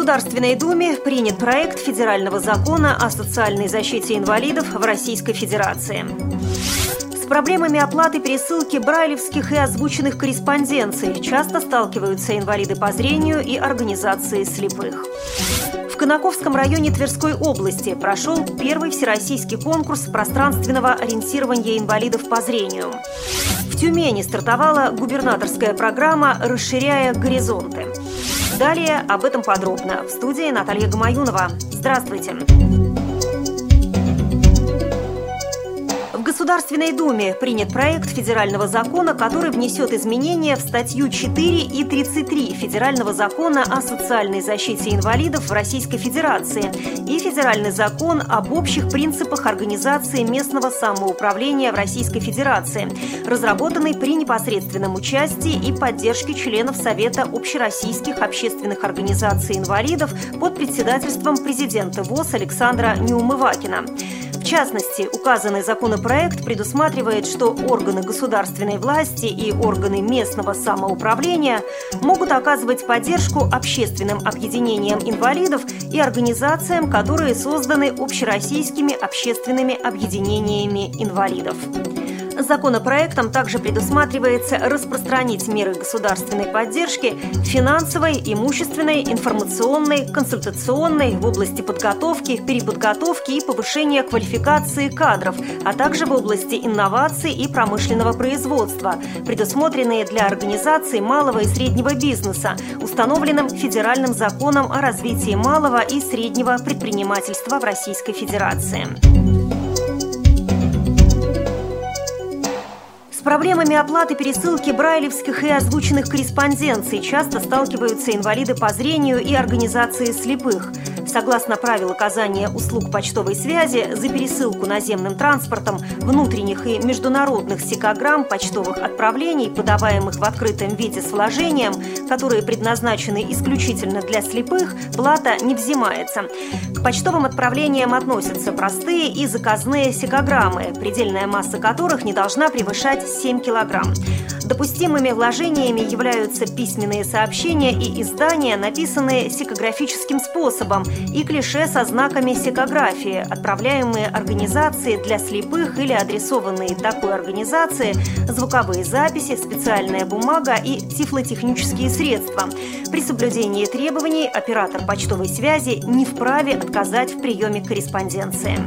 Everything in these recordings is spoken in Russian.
Государственной Думе принят проект федерального закона о социальной защите инвалидов в Российской Федерации. С проблемами оплаты пересылки брайлевских и озвученных корреспонденций часто сталкиваются инвалиды по зрению и организации слепых. В Конаковском районе Тверской области прошел первый всероссийский конкурс пространственного ориентирования инвалидов по зрению. В Тюмени стартовала губернаторская программа «Расширяя горизонты». Далее об этом подробно. В студии Наталья Гамаюнова. Здравствуйте. В Государственной Думе принят проект федерального закона, который внесет изменения в статью 4 и 33 Федерального закона о социальной защите инвалидов в Российской Федерации и Федеральный закон об общих принципах организации местного самоуправления в Российской Федерации, разработанный при непосредственном участии и поддержке членов Совета общероссийских общественных организаций инвалидов под председательством президента ВОС Александра Неумывакина. В частности, указанный законопроект предусматривает, что органы государственной власти и органы местного самоуправления могут оказывать поддержку общественным объединениям инвалидов и организациям, которые созданы общероссийскими общественными объединениями инвалидов. Законопроектом также предусматривается распространить меры государственной поддержки финансовой, имущественной, информационной, консультационной в области подготовки, переподготовки и повышения квалификации кадров, а также в области инноваций и промышленного производства, предусмотренные для организаций малого и среднего бизнеса, установленным Федеральным законом о развитии малого и среднего предпринимательства в Российской Федерации. С проблемами оплаты пересылки брайлевских и озвученных корреспонденций часто сталкиваются инвалиды по зрению и организации слепых. Согласно правил оказания услуг почтовой связи, за пересылку наземным транспортом внутренних и международных сикограмм почтовых отправлений, подаваемых в открытом виде с вложением, которые предназначены исключительно для слепых, плата не взимается. К почтовым отправлениям относятся простые и заказные сикограммы, предельная масса которых не должна превышать 7 килограмм. Допустимыми вложениями являются письменные сообщения и издания, написанные сикографическим способом, и клише со знаками сикографии, отправляемые организации для слепых или адресованные такой организации, звуковые записи, специальная бумага и тифлотехнические средства. При соблюдении требований оператор почтовой связи не вправе отказать в приеме корреспонденции.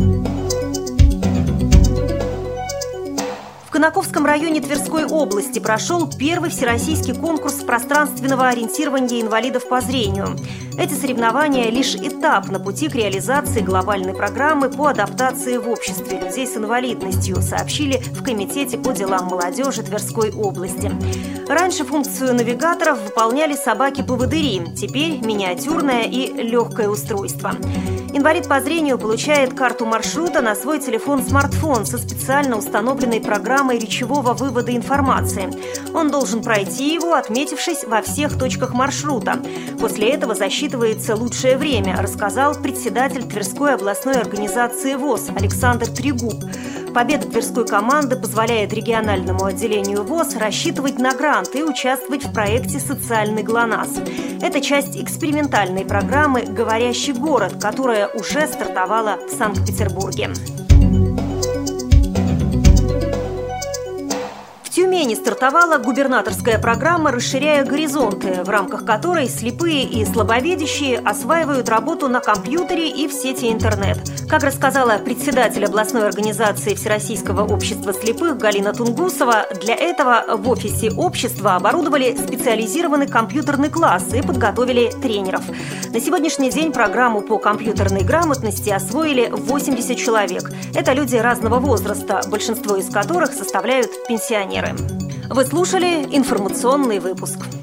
В Конаковском районе Тверской области прошел первый всероссийский конкурс пространственного ориентирования инвалидов по зрению. Эти соревнования – лишь этап на пути к реализации глобальной программы по адаптации в обществе людей с инвалидностью, сообщили в Комитете по делам молодежи Тверской области. Раньше функцию навигаторов выполняли собаки-поводыри, теперь миниатюрное и легкое устройство. Инвалид по зрению получает карту маршрута на свой телефон-смартфон со специально установленной программой речевого вывода информации. Он должен пройти его, отметившись во всех точках маршрута. После этого засчитывается лучшее время, рассказал председатель Тверской областной организации ВОС Александр Трегуб. Победа тверской команды позволяет региональному отделению ВОС рассчитывать на грант и участвовать в проекте «Социальный ГЛОНАСС». Это часть экспериментальной программы «Говорящий город», которая уже стартовала в Санкт-Петербурге. В Тюмени стартовала губернаторская программа «Расширяя горизонты», в рамках которой слепые и слабовидящие осваивают работу на компьютере и в сети интернет. Как рассказала председатель областной организации Всероссийского общества слепых Галина Тунгусова, для этого в офисе общества оборудовали специализированный компьютерный класс и подготовили тренеров. На сегодняшний день программу по компьютерной грамотности освоили 80 человек. Это люди разного возраста, большинство из которых составляют пенсионеры. Вы слушали информационный выпуск.